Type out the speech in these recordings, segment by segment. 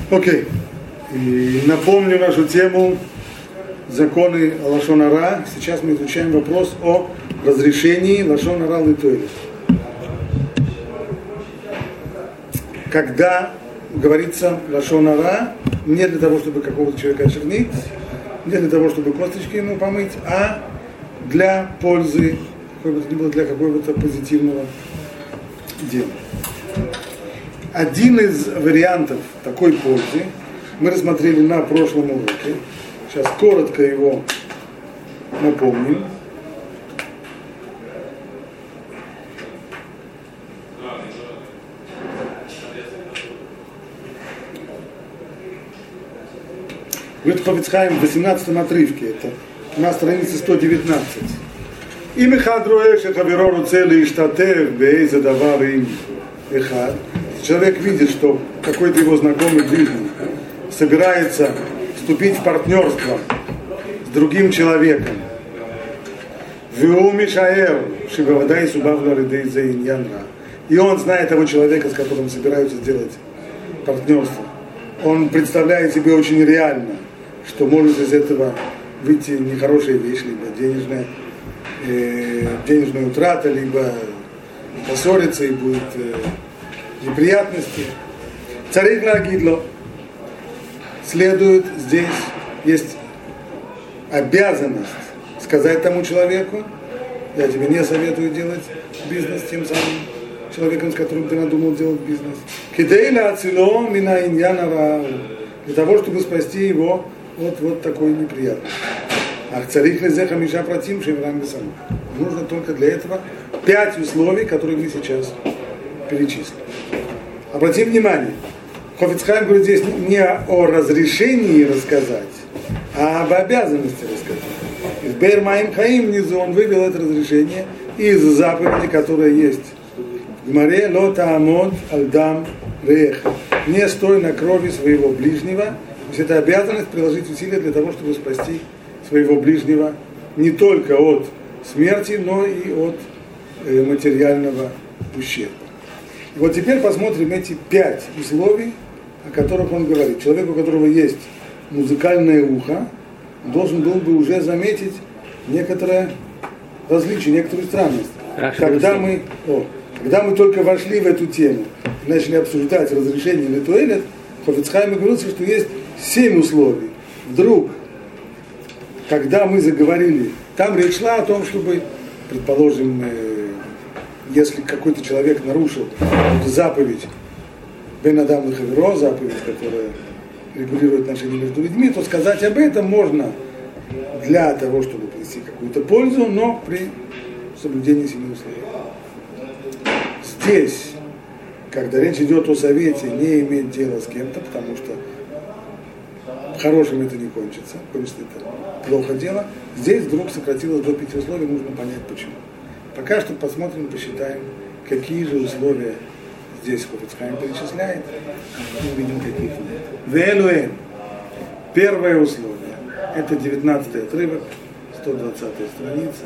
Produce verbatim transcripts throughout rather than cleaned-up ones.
Окей. И напомню нашу тему законы лашон ара. Сейчас мы изучаем вопрос о разрешении лашон ара литуэлет. Когда говорится лашон ара, не для того, чтобы какого-то человека очернить, не для того, чтобы косточки ему помыть, а для пользы, какой бы то ни было, для какого-то позитивного дела. Один из вариантов такой пользы мы рассмотрели на прошлом уроке. Сейчас коротко его напомним. В Хофец Хаим в восемнадцатом отрывке, это на странице сто девятнадцать. И мехадруэ шехаверо руцели иштатев бейзе давар им эхад. Человек видит, что какой-то его знакомый ближний собирается вступить в партнерство с другим человеком. И он знает того человека, с которым собираются сделать партнерство. Он представляет себе очень реально, что может из этого выйти нехорошая вещь, либо денежная, э, денежная утрата, либо поссориться и будет э, неприятности. Царик лагидло. Следует здесь, есть обязанность сказать тому человеку: я тебе не советую делать бизнес с тем самым человеком, с которым ты надумал делать бизнес. Кидейля ацило мина иньяна рау. Для того, чтобы спасти его от вот такой неприятности. Ах, царик лезеха миша протим шеврам бесам. Нужно только для этого пять условий, которые мы сейчас перечислим. Обратим внимание, Хофец Хаим говорит здесь не о разрешении рассказать, а об обязанности рассказать. Из Бейр Маим Хаим внизу он вывел это разрешение из заповеди, которая есть в Гмаре: Ло таамод альдам рех. Не стой на крови своего ближнего. То есть это обязанность приложить усилия для того, чтобы спасти своего ближнего не только от смерти, но и от э, материального ущерба. И вот теперь посмотрим эти пять условий, о которых он говорит. Человек, у которого есть музыкальное ухо, должен был бы уже заметить некоторое различие, некоторую странность. Когда мы, о, когда мы только вошли в эту тему и начали обсуждать разрешение литуэлет, Хофец Хаим говорил, что есть семь условий. Вдруг, когда мы заговорили, там речь шла о том, чтобы, предположим, если какой-то человек нарушил заповедь Бен Адам Лехаверо, заповедь, которая регулирует отношения между людьми, то сказать об этом можно для того, чтобы принести какую-то пользу, но при соблюдении семи условий. Здесь, когда речь идет о совете, не иметь дела с кем-то, потому что хорошим это не кончится, кончится это плохо дело, здесь вдруг сократилось до пяти условий, нужно понять почему. Пока что посмотрим, посчитаем, какие же условия здесь Хофец Хаим перечисляет, и увидим, каких нет. Вэлуэн. Первое условие. Это девятнадцатый отрывок, сто двадцатая страница.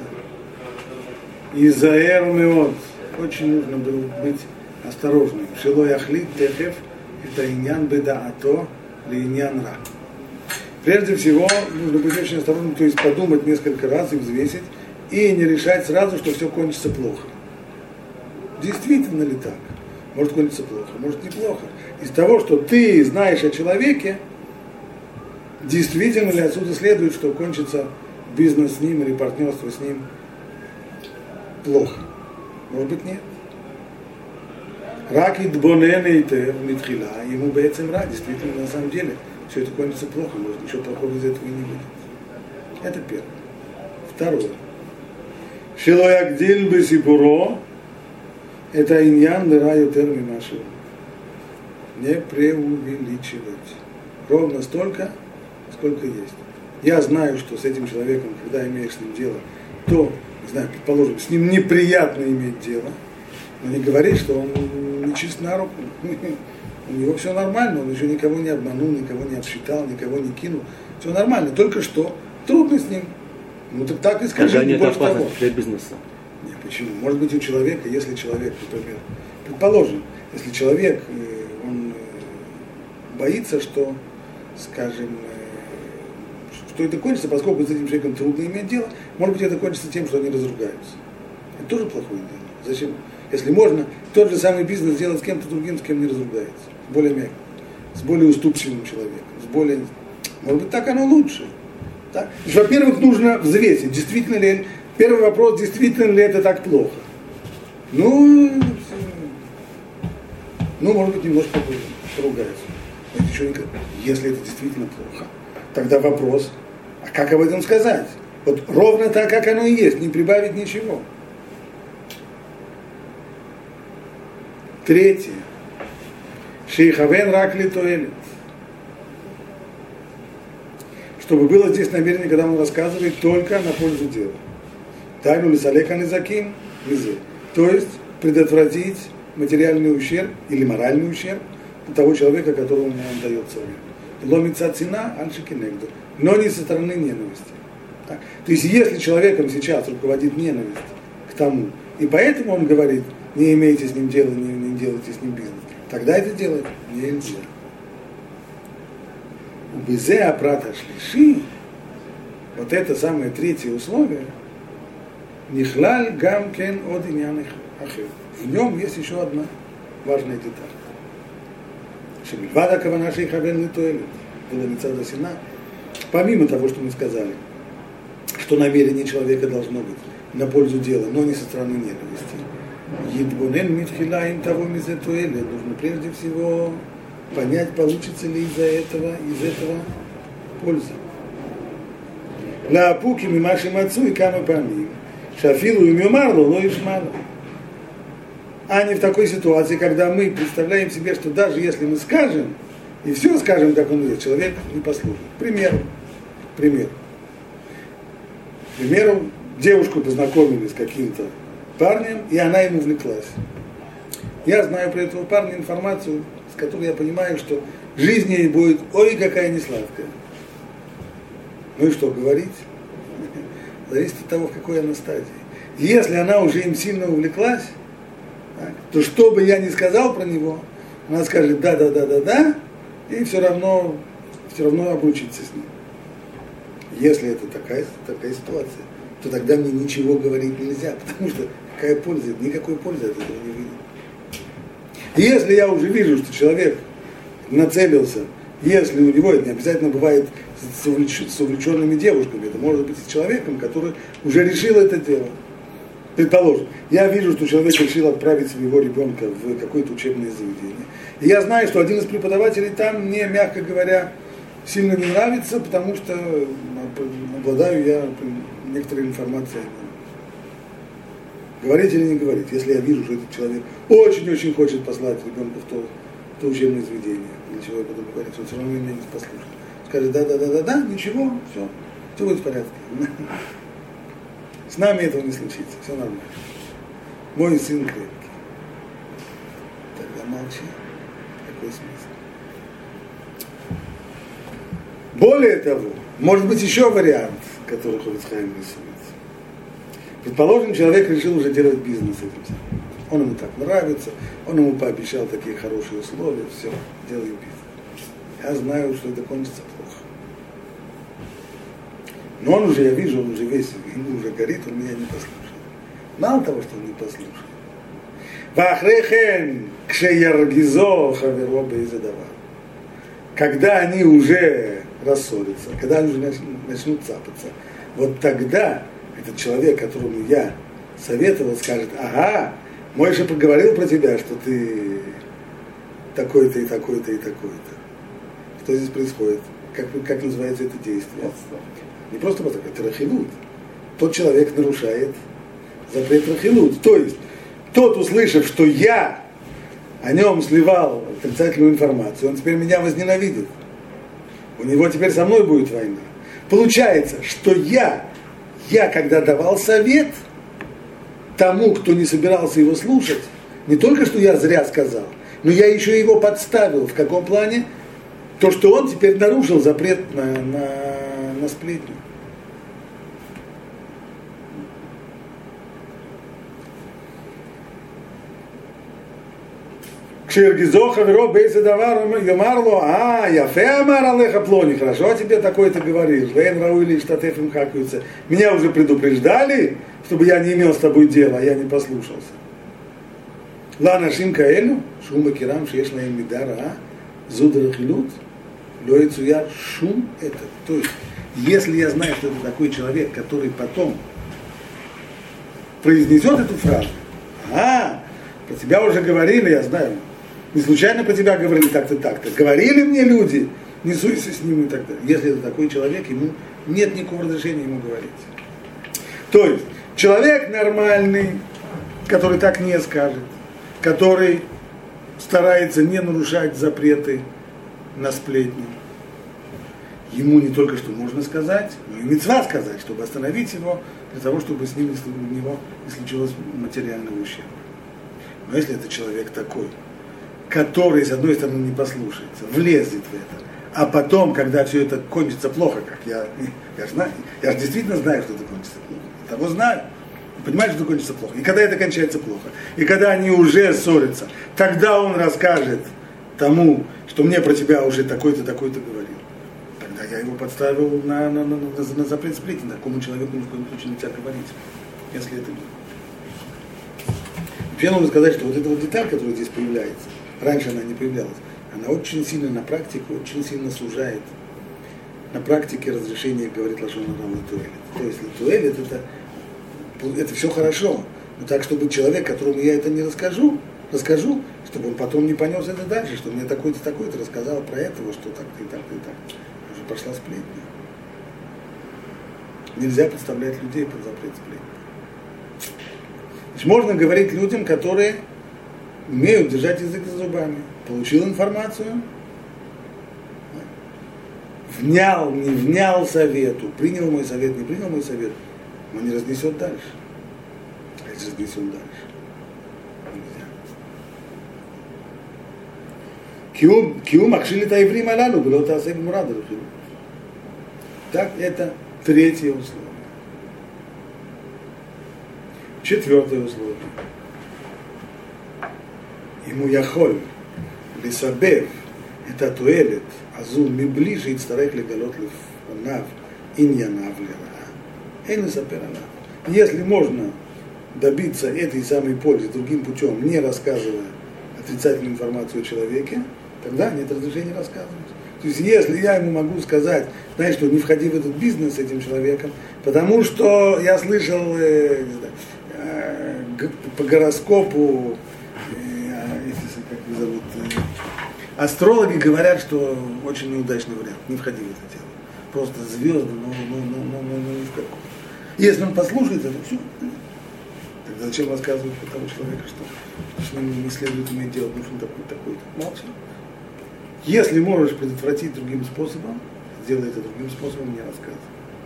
Изаэр меот. Очень нужно было быть осторожным. Шило яхлит техев, это иньян бедаато ли иньян ра. Прежде всего, нужно быть очень осторожным, то есть подумать несколько раз и взвесить, и не решать сразу, что все кончится плохо. Действительно ли так? Может кончиться плохо, может неплохо. Из того, что ты знаешь о человеке, действительно ли отсюда следует, что кончится бизнес с ним или партнерство с ним плохо? Может быть, нет. Рак и дбоненейтер митхила, ему бейцем ра, действительно, на самом деле, все это кончится плохо, может, ничего плохого из этого и не будет. Это первое. Второе. Шилоягдиль бесибуро, это иньян лераю терми маши. Не преувеличивать. Ровно столько, сколько есть. Я знаю, что с этим человеком, когда имеешь с ним дело, то, не знаю, предположим, с ним неприятно иметь дело, но не говорить, что он не чист на руку. У него все нормально, он еще никого не обманул, никого не обсчитал, никого не кинул. Все нормально, только что трудно с ним. Ну так так и скажи, когда не нет больше того. опасности для бизнеса. Нет, почему? Может быть, у человека, если человек, например, предположим, если человек, он боится, что, скажем, э, что это кончится, поскольку с этим человеком трудно иметь дело, может быть, это кончится тем, что они разругаются. Это тоже плохое дело. Зачем? Если можно, тот же самый бизнес делать с кем-то другим, с кем не разругается. Более мягко, с более уступчивым человеком, с более... Может быть, так оно лучше. Так? Во-первых, нужно взвесить, действительно ли... Первый вопрос, действительно ли это так плохо. Ну, ну может быть, немножко поругаются. Если это действительно плохо, тогда вопрос, а как об этом сказать? Вот ровно так, как оно и есть, не прибавить ничего. Третье. Шейхавен ракли тоэлет. Чтобы было здесь намерение, когда он рассказывает, только на пользу дела. Тайну лисалека низаким визе. То есть предотвратить материальный ущерб или моральный ущерб того человека, которому он дает совет. Ломится цена, альшикинегду. Но не со стороны ненависти. Так. То есть если человеком сейчас руководит ненависть к тому, и поэтому он говорит, не имейте с ним дела, не, не делайте с ним бизнес, тогда это делать нельзя. У Безе апрата шлиши, вот это самое третье условие, нихлаль гамкен од иньян ахер. В нем есть еще одна важная деталь. Шемильвада кавана шейхавен литуэлет, было мецада сина. Помимо того, что мы сказали, что намерение человека должно быть на пользу дела, но не со стороны ненависти. Едбунен митхила им того мизетуэлет. Нужно прежде всего понять, получится ли из-за этого, из этого польза. Лаапуки мимаши мацу и кама памим. Шафилу и мюмарлу, но и шмалу. А не в такой ситуации, когда мы представляем себе, что даже если мы скажем, и все скажем, как он есть, человек не послушает. Пример. Пример. К примеру, девушку познакомили с каким-то парнем, и она ему увлеклась. Я знаю про этого парня информацию, с которой я понимаю, что жизнь ей будет ой, какая несладкая. Ну и что, говорить? Зависит от того, в какой она стадии. Если она уже им сильно увлеклась, так, то что бы я ни сказал про него, она скажет да, да, да, да, да, и все равно, все равно обручится с ним. Если это такая, такая ситуация, то тогда мне ничего говорить нельзя, потому что какая польза, никакой пользы от этого не видно. И если я уже вижу, что человек нацелился, если у него, это не обязательно бывает с, увлеч, с увлеченными девушками, это может быть с человеком, который уже решил это делать. Предположим, я вижу, что человек решил отправить своего ребенка в какое-то учебное заведение. И я знаю, что один из преподавателей там мне, мягко говоря, сильно не нравится, потому что обладаю я некоторой информацией. Говорить или не говорить, если я вижу, что этот человек очень-очень хочет послать ребенка в то, в то учебное заведение, или чего я буду говорить, он все равно меня не послушает. Скажет, да-да-да-да-да, ничего, все, все будет в порядке. С нами этого не случится, все нормально. Мой сын крепкий. Тогда молчи. Какой смысл? Более того, может быть еще вариант, который Хофец Хаим рисует. Предположим, человек решил уже делать бизнес этим. Он ему так нравится, он ему пообещал такие хорошие условия, все, делай бизнес. Я знаю, что это кончится плохо. Но он уже, я вижу, он уже весь, ему уже горит, он меня не послушает. Мало того, что он не послушает. Вахрехен кшеяргизо хаверо бейзадава. Когда они уже рассорятся, когда они уже начнут, начнут цапаться, вот тогда этот человек, которому я советовал, скажет, ага, Мойша поговорил про тебя, что ты такой-то и такой-то и такой-то. Что здесь происходит? Как, как называется это действие? Не просто вот такой трахилут. Тот человек нарушает запрет трахилут. То есть, тот, услышав, что я о нем сливал отрицательную информацию, он теперь меня возненавидит. У него теперь со мной будет война. Получается, что я, я когда давал совет тому, кто не собирался его слушать, не только что я зря сказал, но я еще его подставил. В каком плане? То, что он теперь нарушил запрет на, на, на сплетню. Кширгизо хаверо бейсе давар юмарло, а, яфе амар алеха плони, хорошо тебе такое-то говоришь, вейн рауили штатефим хакаются. Меня уже предупреждали, чтобы я не имел с тобой дела, а я не послушался. Лана шимка элю, шума кирам, шешна им мидара, а, зудра хилут, лоицу я шум это. То есть, если я знаю, что это такой человек, который потом произнесет эту фразу, а, про тебя уже говорили, я знаю, не случайно про тебя говорили так-то, так-то, говорили мне люди, не суйся с ним и так далее. Если это такой человек, ему нет никакого разрешения ему говорить. То есть, человек нормальный, который так не скажет, который старается не нарушать запреты на сплетни, ему не только что можно сказать, но и мицва сказать, чтобы остановить его, для того, чтобы с ним, у него не случилось материального ущерба. Но если это человек такой, который, с одной стороны, не послушается, влезет в это, а потом, когда все это кончится плохо, как я, я же знаю, я же действительно знаю, что это кончится плохо, я того знаю, понимаешь, что это кончится плохо, и когда это кончается плохо, и когда они уже ссорятся, тогда он расскажет тому, что мне про тебя уже такой-то, такой-то говорил. Тогда я его подставил на, на, на, на, на запрет сплетни, такому человеку ни в коем случае нельзя говорить, если это нет. Вообще нужно сказать, что вот эта вот деталь, которая здесь появляется, раньше она не появлялась, она очень сильно на практике, очень сильно сужает на практике разрешение говорить лашон ара литуэлит. То есть литуэлит это, это все хорошо, но так, чтобы человек, которому я это не расскажу, расскажу, чтобы он потом не понес это дальше, что мне такой-то, такой-то рассказал про этого, что так-то и так-то и так. Уже пошла сплетня. Нельзя подставлять людей под запрет сплетни. Значит, можно говорить людям, которые умеют держать язык за зубами. Получил информацию, внял, не внял совету, принял мой совет, не принял мой совет, но не разнесет дальше. А если разнесет дальше, нельзя. Киу макшили таеврим алалу, было таасэ бимурада. Так, это третье условие. Четвертое условие. Ему яхоль лисабев это туэлет азу миближе ицтарех легалот лифанав иньянав лера эн лисапер алав. Если можно добиться этой самой пользы другим путем, не рассказывая отрицательную информацию о человеке, тогда нет разрешения рассказывать. То есть если я ему могу сказать, знаешь что, не входи в этот бизнес с этим человеком, потому что я слышал э, не знаю, э, по гороскопу, как его зовут, астрологи говорят, что очень неудачный вариант, не входи в это дело. Просто звезды, ну, ну, ну, ну, ну, ну, ни в каком. Если он послушает это, все. Тогда зачем рассказывать про того человека, что с ним не следует иметь дело, нужно такой, такой-то. Молчи. Если можешь предотвратить другим способом, сделай это другим способом, не рассказывай.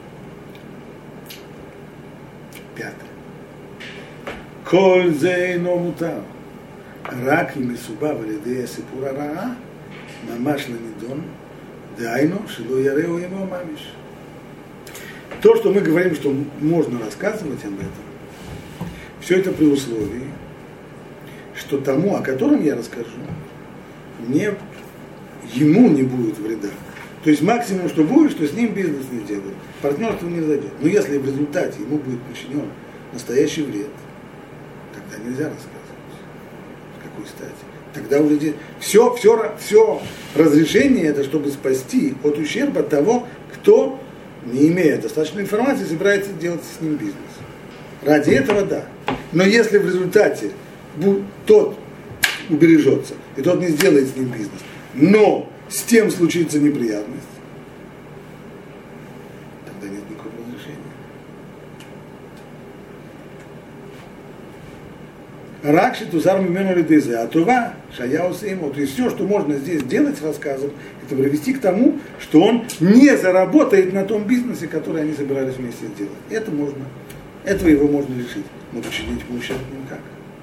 Пятое. Коль зейно мутар. רק אם מסובב על ידי הסיפור הרעה, ממש לנידון, דהיינו שלא יראו עמו ממש. То, что мы говорим, что можно рассказывать об этом, все это при условии, что тому, о котором я расскажу, не, ему не будет вреда. То есть максимум, что будет, что с ним бизнес не сделают, партнерство не зайдет. Но если в результате ему будет причинен настоящий вред, тогда нельзя рассказывать. Кстати. Тогда уже все, все, все разрешение это, чтобы спасти от ущерба того, кто, не имея достаточной информации, собирается делать с ним бизнес. Ради этого да. Но если в результате тот убережется, и тот не сделает с ним бизнес, но с тем случится неприятность, тогда нет никакого разрешения. Ракши тузар мимену лидезе, а това шаяуса ему. То есть все, что можно здесь делать с рассказом, это привести к тому, что он не заработает на том бизнесе, который они собирались вместе сделать. Это можно, этого его можно решить, но причинить ему ущерб никак.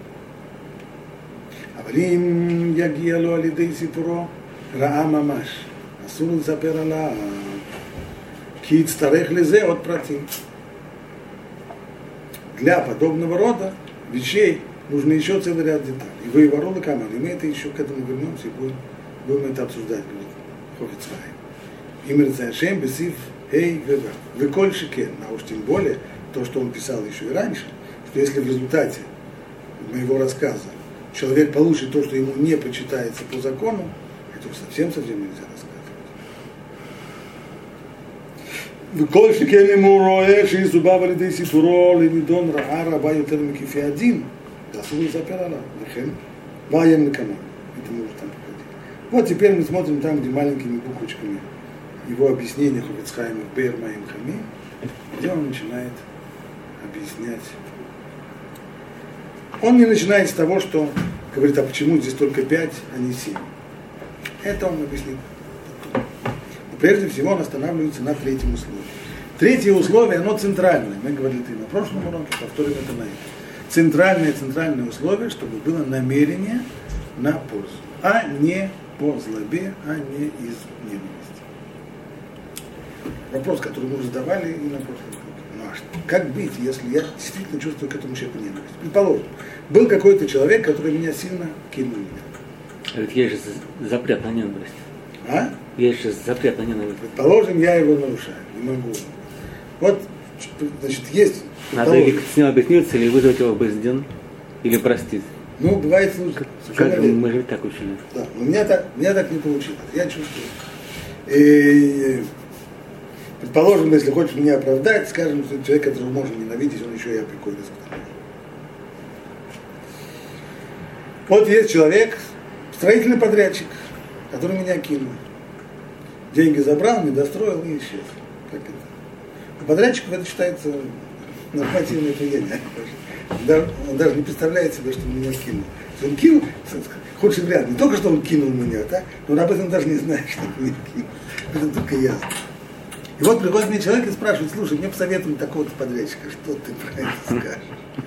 Авалим ягияло алидей сипуро раа мамаш. Асур лсапер алаа. Ки ицтарех лизе от против. Для подобного рода вещей нужно еще целый ряд деталей. И вы ворон и камон, и мы это еще к этому вернемся и будем, будем это обсуждать, говорит Хофец Хаим. Имер Цайшем, Бесив, Эй, Вева. Вы кольшике, а уж тем более, то, что он писал еще и раньше, что если в результате моего рассказа человек получит то, что ему не почитается по закону, это совсем-совсем нельзя рассказывать. Вы кольшике, ему роешь, и зубава лидей сифуро, лимидон, раа, раба, ютер, микифи, один. Да, суду заперала. Лехем, ваем на камон. Это мы уже там проходили. Вот теперь мы смотрим там, где маленькими буквочками его объяснение Хофец Хаим Бер Маим Хамим, где он начинает объяснять. Он не начинает с того, что говорит, а почему здесь только пять, а не семь. Это он объяснит потом. Но прежде всего он останавливается на третьем условии. Третье условие, оно центральное. Мы говорили это и на прошлом уроке, повторим это на этом. Центральное, центральное условие, чтобы было намерение на пользу, а не по злобе, а не из ненависти. Вопрос, который мы уже задавали и на прошлом уроке. Ну а что? Как быть, если я действительно чувствую к этому человеку ненависть? Предположим, был какой-то человек, который меня сильно кинул меня. Ведь есть же запрет на ненависть. А? Есть же запрет на ненависть. Предположим, я его нарушаю, не могу. Вот, значит, есть... Надо или с ним объясниться, или вызвать его в Бейздин, или простить. Ну, бывает случай. Как мы же так учили. Да, но у меня так, у меня так не получилось. Я чувствую. И, предположим, если хочешь меня оправдать, скажем, что человек, которого можно ненавидеть, он еще и опекой. Вот есть человек, строительный подрядчик, который меня кинул. Деньги забрал, не достроил и исчез. Как это? У подрядчиков это считается нормативное поведение. Он даже не представляет себе, что он меня кинул. Он кинул, худший вариант, не только что он кинул меня, да, но он об этом даже не знает, что он меня кинул. Это только я. И вот приходит мне человек и спрашивает, слушай, мне посоветуют такого-то подрядчика, что ты про это скажешь?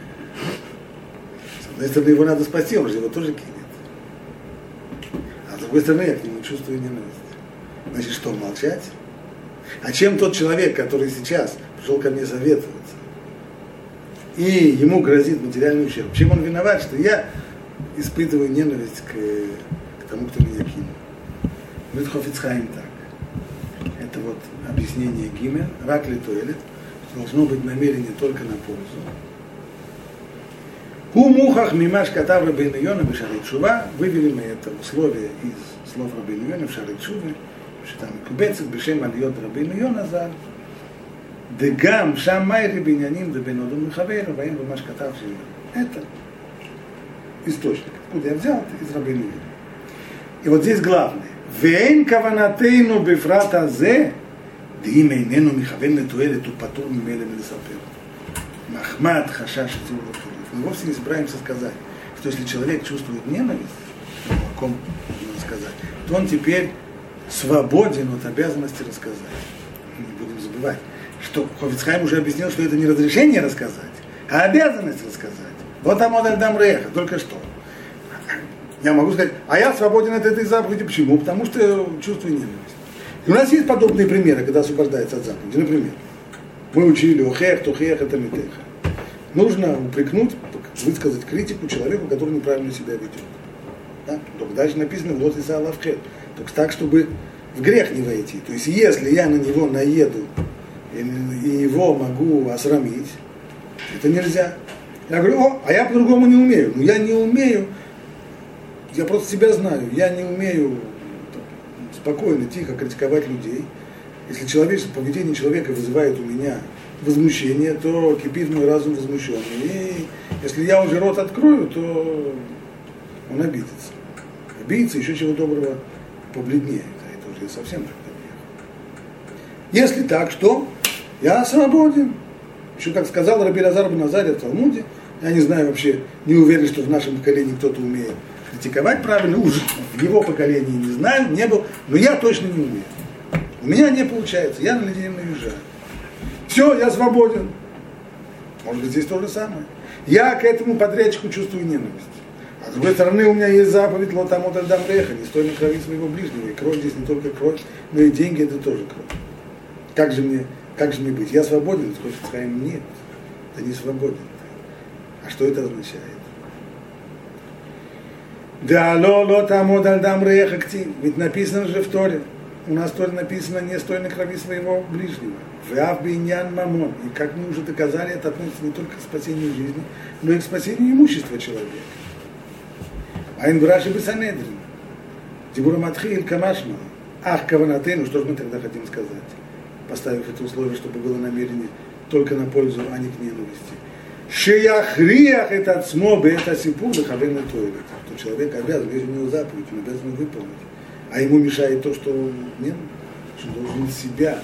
С одной стороны, его надо спасти, он же его тоже кинет. А с другой стороны, я к нему чувствую ненависть. Значит, что, молчать? А чем тот человек, который сейчас пришел ко мне советоваться, и ему грозит материальный ущерб, чем он виноват, что я испытываю ненависть к, к тому, кто меня кинул? Говорит Хофец Хаим так. Это вот объяснение Гимель, рак ли туэлет, что должно быть намерение только на пользу. Ху мухах мимаш катав Рабейну Йона б'Шарей Тшува, вывели мы это условие из слов Рабейну Йона в Шарей Тшуве, что там кубецет бешем алиот Рабейну Йона зал, дегам шам майри биняним дебен одум михавер, ваим б'маш катав Шимон. Это источник. Откуда я взял? Это из Рабейну Йона. И вот здесь главное. ואין כוונתנו בפרט הזה, דהים איננו מכוון לתועלת ופטור ממילא מלספר. מחמד חשש ציור וחילוף. Мы вовсе не собираемся сказать, что если человек чувствует ненависть, о ком нужно сказать, то он теперь свободен от обязанности рассказать. Не будем забывать, что Хофец Хаим уже объяснил, что это не разрешение рассказать, а обязанность рассказать. Вот там он дам реха, только что. Я могу сказать, а я свободен от этой заповеди. Почему? Потому что чувствую ненависть. И у нас есть подобные примеры, когда освобождается от заповеди. Например, мы учили охех, тохех, это митеха. Нужно упрекнуть, высказать критику человеку, который неправильно себя ведет. Да? Только дальше написано вот из Аллаххет. Только так, чтобы в грех не войти. То есть, если я на него наеду и его могу осрамить, это нельзя. Я говорю, о, а я по-другому не умею. Ну, я не умею. Я просто себя знаю, я не умею спокойно, тихо критиковать людей. Если человеческое поведение человека вызывает у меня возмущение, то кипит мой разум возмущенный. И если я уже рот открою, то он обидится. Обидится, еще чего доброго побледнеет. А это уже совсем так не. Если так, что я свободен. Еще как сказал Раби Элазар бен Азария в Талмуде, я не знаю вообще, не уверен, что в нашем поколении кто-то умеет критиковать правильно, уже в его поколении не знаю, не был, но я точно не умею. У меня не получается, я на людей наезжаю. Все, я свободен. Может быть, здесь то же самое. Я к этому подрядчику чувствую ненависть. А с другой стороны, у меня есть заповедь лотамот аль дам реха, не стой на крови своего ближнего. И кровь здесь не только кровь, но и деньги это тоже кровь. Как же мне, как же мне быть? Я свободен, Хофец Хаим нет, ты не свободен. А что это означает? Да, ло, ло, там, одальдам, реехактин. Ведь написано же в Торе. У нас в Торе написано: не стой на крови своего ближнего. Вяв биньян мамон. И как мы уже доказали, это относится не только к спасению жизни, но и к спасению имущества человека. Айн браши бесанедрин. Дибура матхиль камашма. Ах, каванатену, что же мы тогда хотим сказать? Поставив это условие, чтобы было намерение только на пользу, а не к ненависти. Шияхриях это отсмобы, это сипур, дыхавельный тойлет. То человек обязан, если у него заповедь, он обязан выполнить. А ему мешает то, что нет, что он должен себя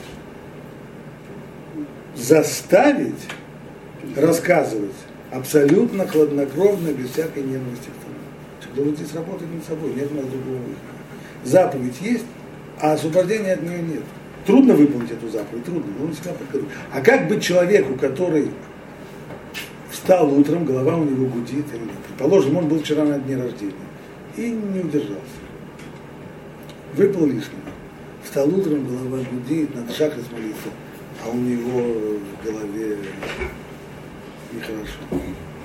заставить рассказывать абсолютно хладнокровно, без всякой ненависти к тому. Человек должен здесь работать над собой, нет у нас другого выхода. Заповедь есть, а освобождения от нее нет. Трудно выполнить эту заповедь, трудно, но он себя подготовит. А как быть человеку, который встал утром, голова у него гудит, предположим, он был вчера на дне рождения и не удержался. Выпал лишнего. Встал утром, голова гудит, надо шахрис молиться, а у него в голове нехорошо.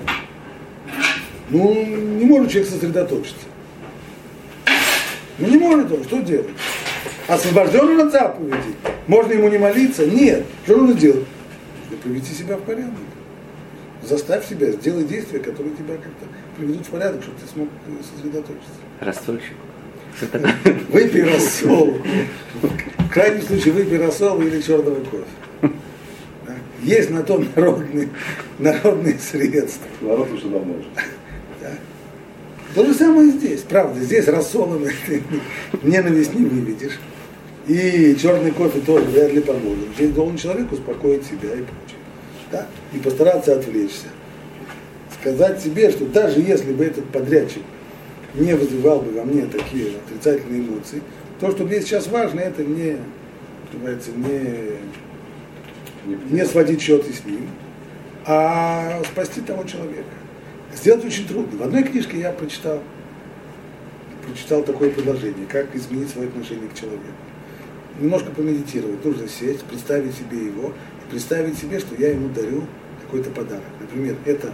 Ну, не может человек сосредоточиться. Ну, не может он, что делать? Освобожден он от заповеди. Можно ему не молиться? Нет. Что нужно делать? Нужно привести себя в порядок. Заставь себя, сделай действия, которые тебя как-то приведут в порядок, чтобы ты смог сосредоточиться. Рассольщик. Выпей рассол. В крайнем случае выпей рассол или черного кофе. Да? Есть на то народные, народные средства. Народ уже давно уже. Да. То же самое и здесь. Правда, здесь рассолом ненависть не выведешь. И черный кофе тоже вряд ли поможет. Здесь должен человек успокоить себя и прочее. Да? И постараться отвлечься. Сказать себе, что даже если бы этот подрядчик не вызывал бы во мне такие отрицательные эмоции, то, что мне сейчас важно, это не, называется, не, не сводить счеты с ним, а спасти того человека. Сделать очень трудно. В одной книжке я прочитал, прочитал такое предложение, как изменить свое отношение к человеку. Немножко помедитировать, нужно сесть, представить себе его, и представить себе, что я ему дарю какой-то подарок. Например, это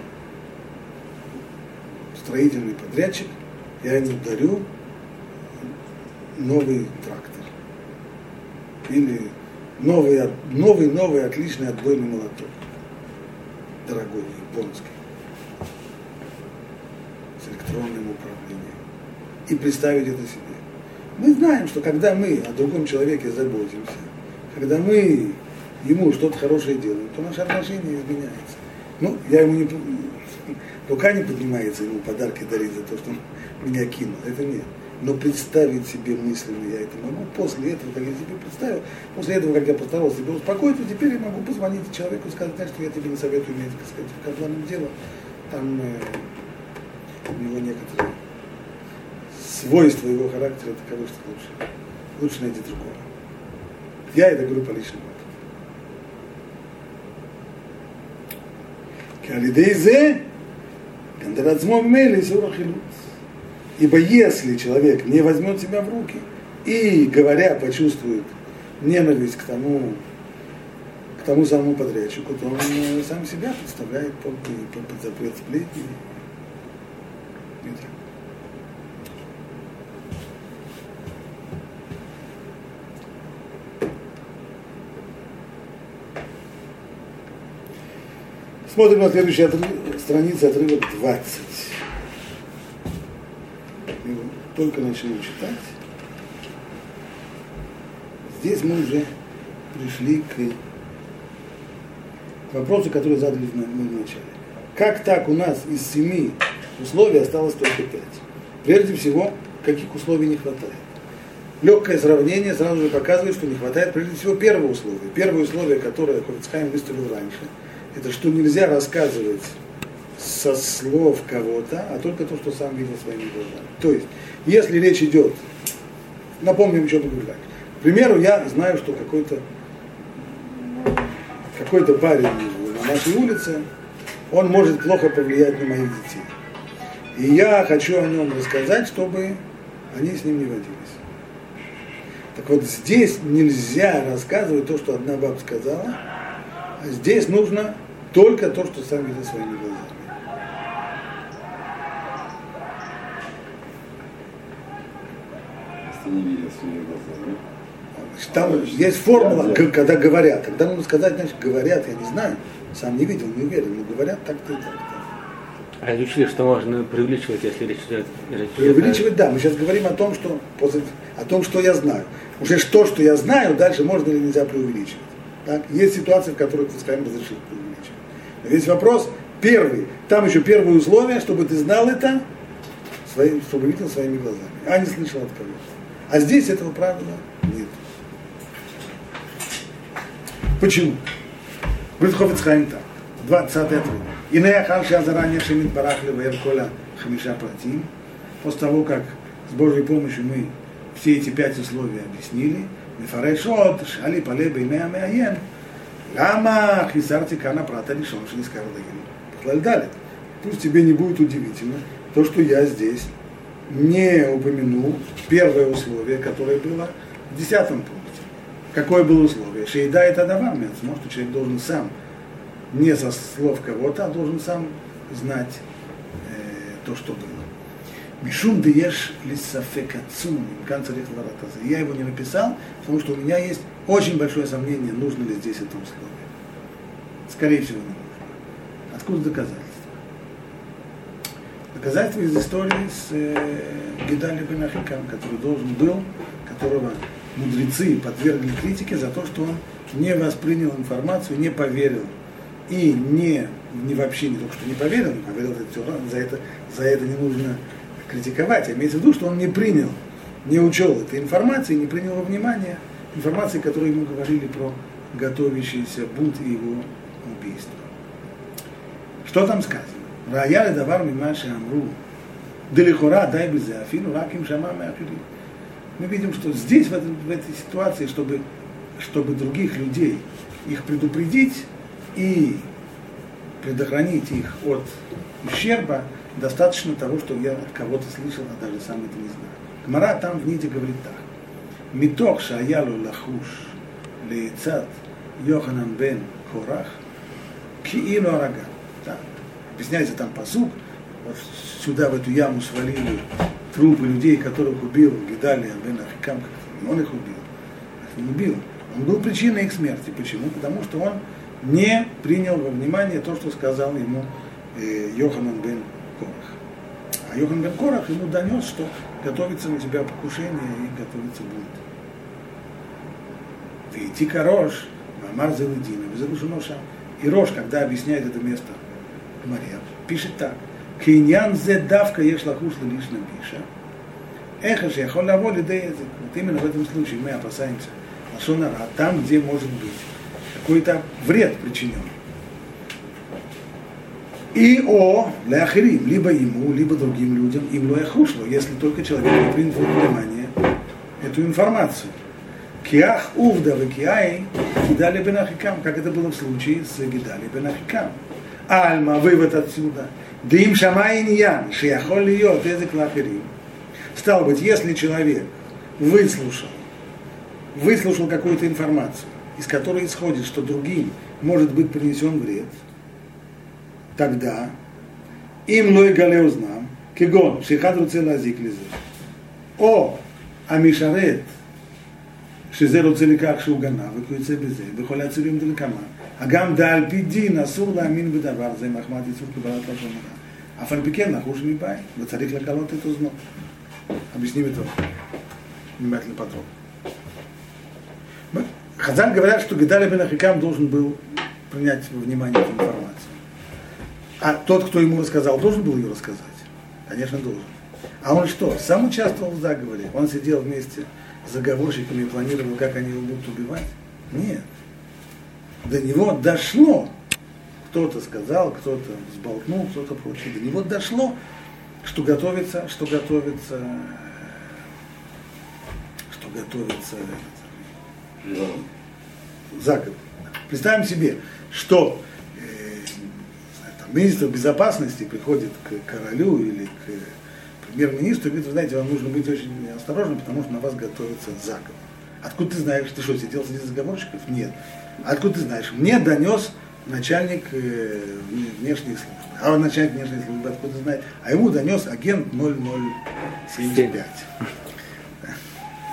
строительный подрядчик, я ему дарю новый трактор. Или новый, новый, новый, отличный отбойный молоток. Дорогой, японский. С электронным управлением. И представить это себе. Мы знаем, что когда мы о другом человеке заботимся, когда мы ему что-то хорошее делаем, то наше отношение изменяется. Ну, я ему не... Рука не поднимается ему подарки дарить за то, что он меня кинул. Это нет. Но представить себе мысленно я это могу. После этого, как я себе представил, после этого, как я постарался себя успокоить, то теперь я могу позвонить человеку и сказать, что я тебе не советую иметь, так сказать, в карманном дело. Там э, у него некоторые свойства его характера таковы, что лучше, лучше найти другого. Я это говорю по личному опыту. Калидейзе, ибо если человек не возьмет себя в руки и, говоря, почувствует ненависть к тому, к тому самому подрядчику, то он сам себя подставляет под, под, под запрет сплетни. Смотрим на следующей отрыв... странице, отрывок двадцать. Мы только начали читать. Здесь мы уже пришли к вопросу, который задали в начале. Как так у нас из семи условий осталось только пять? Прежде всего, каких условий не хватает? Легкое сравнение сразу же показывает, что не хватает прежде всего первого условия. Первое условие, которое Хафец Хаим выставил раньше, это что нельзя рассказывать со слов кого-то, а только то, что сам видел своими глазами. То есть, если речь идет, напомним, что мы говорили. К примеру, я знаю, что какой-то какой-то парень на нашей улице, он может плохо повлиять на моих детей. И я хочу о нем рассказать, чтобы они с ним не водились. Так вот, здесь нельзя рассказывать то, что одна баба сказала, а здесь нужно только то, что сам видел своими глазами. не видел своими глазами. Там есть формула, когда говорят. Тогда нужно сказать, значит, говорят, я не знаю, сам не видел, не уверен, но говорят так-то и так-то. А учили, что можно преувеличивать, если речь идет... Преувеличивать, да. Мы сейчас говорим о том, что, о том, что я знаю. Уже то, что я знаю, дальше можно или нельзя преувеличивать. Так? Есть ситуации, в которых ты скажем разрешить преувеличивать. Но весь вопрос, первый, там еще первое условие, чтобы ты знал это, своим, чтобы видел своими глазами, а не слышал от кого-то. А здесь этого правила нет. Почему? Говорит Хофец Хаим так, двадцатый отрывок. Инея харша заранее шемит барахли ваер кола хамиша платим. После того, как с Божьей помощью мы все эти пять условий объяснили, мефарешот, шали пале беймея меаен, лама хисарти кана прата лишон шелискар лагин. Далее. Пусть тебе не будет удивительно то, что я здесь не упомянул первое условие, которое было в десятом пункте. Какое было условие? Шейда это давар мецмо, что человек должен сам, не со слов кого-то, а должен сам знать э, то, что было. Мишум дееш лисафекацум, я его не написал, потому что у меня есть очень большое сомнение, нужно ли здесь это условие. Скорее всего, не нужно. Откуда доказательства? Доказательства из истории с э, Гедали бен Ахикам, который должен был, которого мудрецы подвергли критике за то, что он не воспринял информацию, не поверил. И не, не вообще не только что не поверил, не поверил, за это, за это не нужно критиковать. А имеется в виду, что он не принял, не учел этой информации, не принял во внимание информации, которую ему говорили про готовящийся бунт и его убийство. Что там сказано? Раяли давар мимаши амру. Делихора дай безе афину раким шамами афили. Мы видим, что здесь, в, этом, в этой ситуации, чтобы, чтобы других людей их предупредить и предохранить их от ущерба, достаточно того, что я от кого-то слышал, а даже сам это не знаю. Гмара там в Ните говорит так. Митох шаялу лахуш лейцат Йоханан бен Корах киилу арага. Объясняется там пасук. Вот сюда, в эту яму, свалили трупы людей, которых убил Гедалия бен Ахикам. Он их убил. Он убил. Он был причиной их смерти. Почему? Потому что он не принял во внимание то, что сказал ему э, Йоханан бен Корах. А Йохан бен Корах ему донес, что готовится на тебя покушение и готовится бунт. Вейти Карош, Мамар Зеледина, Безарушиноша. И Рош, когда объясняет это место Мария, пишет так. Киньян зе давка еш лахуш лишь на биша. Эхо же яхол лаво лидей язык. Вот именно в этом случае мы опасаемся лашон ара, там, где может быть какой-то вред причинен. И о ляхирим, либо ему, либо другим людям, им ло яхушло, если только человек не принял во внимание эту информацию. Киах увда в киай Гедали бен Ахикам, как это было в случае с Гедали бен Ахикам. Альма, вывод отсюда. Дим шамай иньян, шияхол льет, язык лахирим. Стало быть, если человек выслушал, выслушал какую-то информацию, из которой исходит, что другим может быть принесен вред, тогда им лой гале узнам, кегон, шихад руце лазик лизе. О, амишарет, שזה רוצה לכך שהוא גנב, וכיוצא בזה, בכל הצירים דלקמה. הגם דעל פי דין אסור להאמין בדבר זה, מחמת איסור קבלת לשון הרע. אף על פי כן לחוש מבית, וצריך לקלות את אוזנו. объясним это внимательно подробно. Хазаль говорят, что Гедали бен Ахикам должен был принять во внимание эту информацию. А тот, кто ему рассказал, должен был ее рассказать? Конечно, должен. А он что, сам участвовал в заговоре? Он сидел вместе с заговорщиками и планировал, как они его будут убивать? Нет. До него дошло. Кто-то сказал, кто-то сболтнул, кто-то прочее. До него дошло, что готовится, что готовится, что готовится заговор. Представим себе, что э, там, министр безопасности приходит к королю или к премьер-министру и говорит: вы знаете, вам нужно быть очень осторожным, потому что на вас готовится заговор. Откуда ты знаешь? Ты что, сидел среди заговорщиков? Нет. Откуда ты знаешь? Мне донес начальник э, внешней службы. А он начальник внешней службы откуда знает? А ему донес агент ноль ноль семьдесят пять.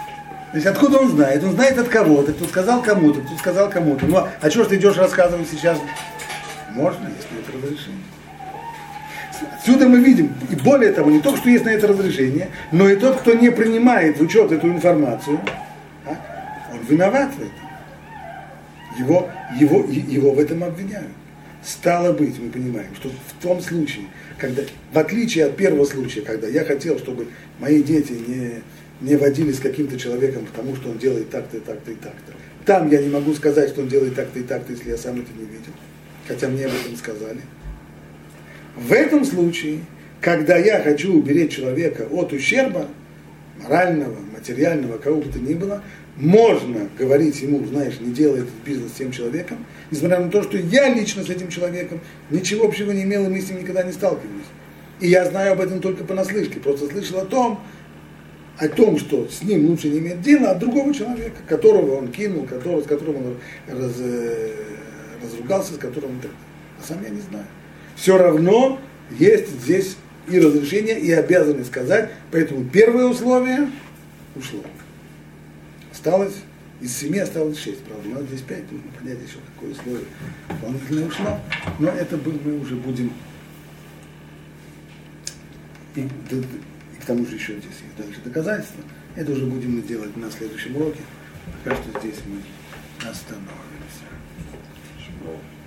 Значит, откуда он знает? Он знает от кого-то, кто сказал кому-то, кто сказал кому-то. Ну, а что ж ты идешь рассказывать сейчас? Можно, если это разрешение. Отсюда мы видим, и более того, не только, что есть на это разрешение, но и тот, кто не принимает в учет эту информацию, а, он виноват в этом. Его, его, его в этом обвиняют. Стало быть, мы понимаем, что в том случае, когда, в отличие от первого случая, когда я хотел, чтобы мои дети не, не водились с каким-то человеком, потому что он делает так-то и так-то и так-то, там я не могу сказать, что он делает так-то и так-то, если я сам это не видел, хотя мне об этом сказали. В этом случае, когда я хочу уберечь человека от ущерба, морального, материального, кого бы то ни было, можно говорить ему, знаешь, не делай этот бизнес с тем человеком, несмотря на то, что я лично с этим человеком ничего общего не имел, и мы с ним никогда не сталкивались. И я знаю об этом только понаслышке, просто слышал о том, о том, что с ним лучше не иметь дела, от другого человека, которого он кинул, которого, с которым он раз, разругался, с которым он так. А сам я не знаю. Все равно есть здесь и разрешение, и обязанность сказать, поэтому первое условие ушло. Осталось, из семи осталось шесть, правда, у нас здесь пять, нужно понять еще, какое условие дополнительное ушло, но это мы уже будем, и, и к тому же еще здесь есть дальше доказательства, это уже будем мы делать на следующем уроке, пока что здесь мы остановимся.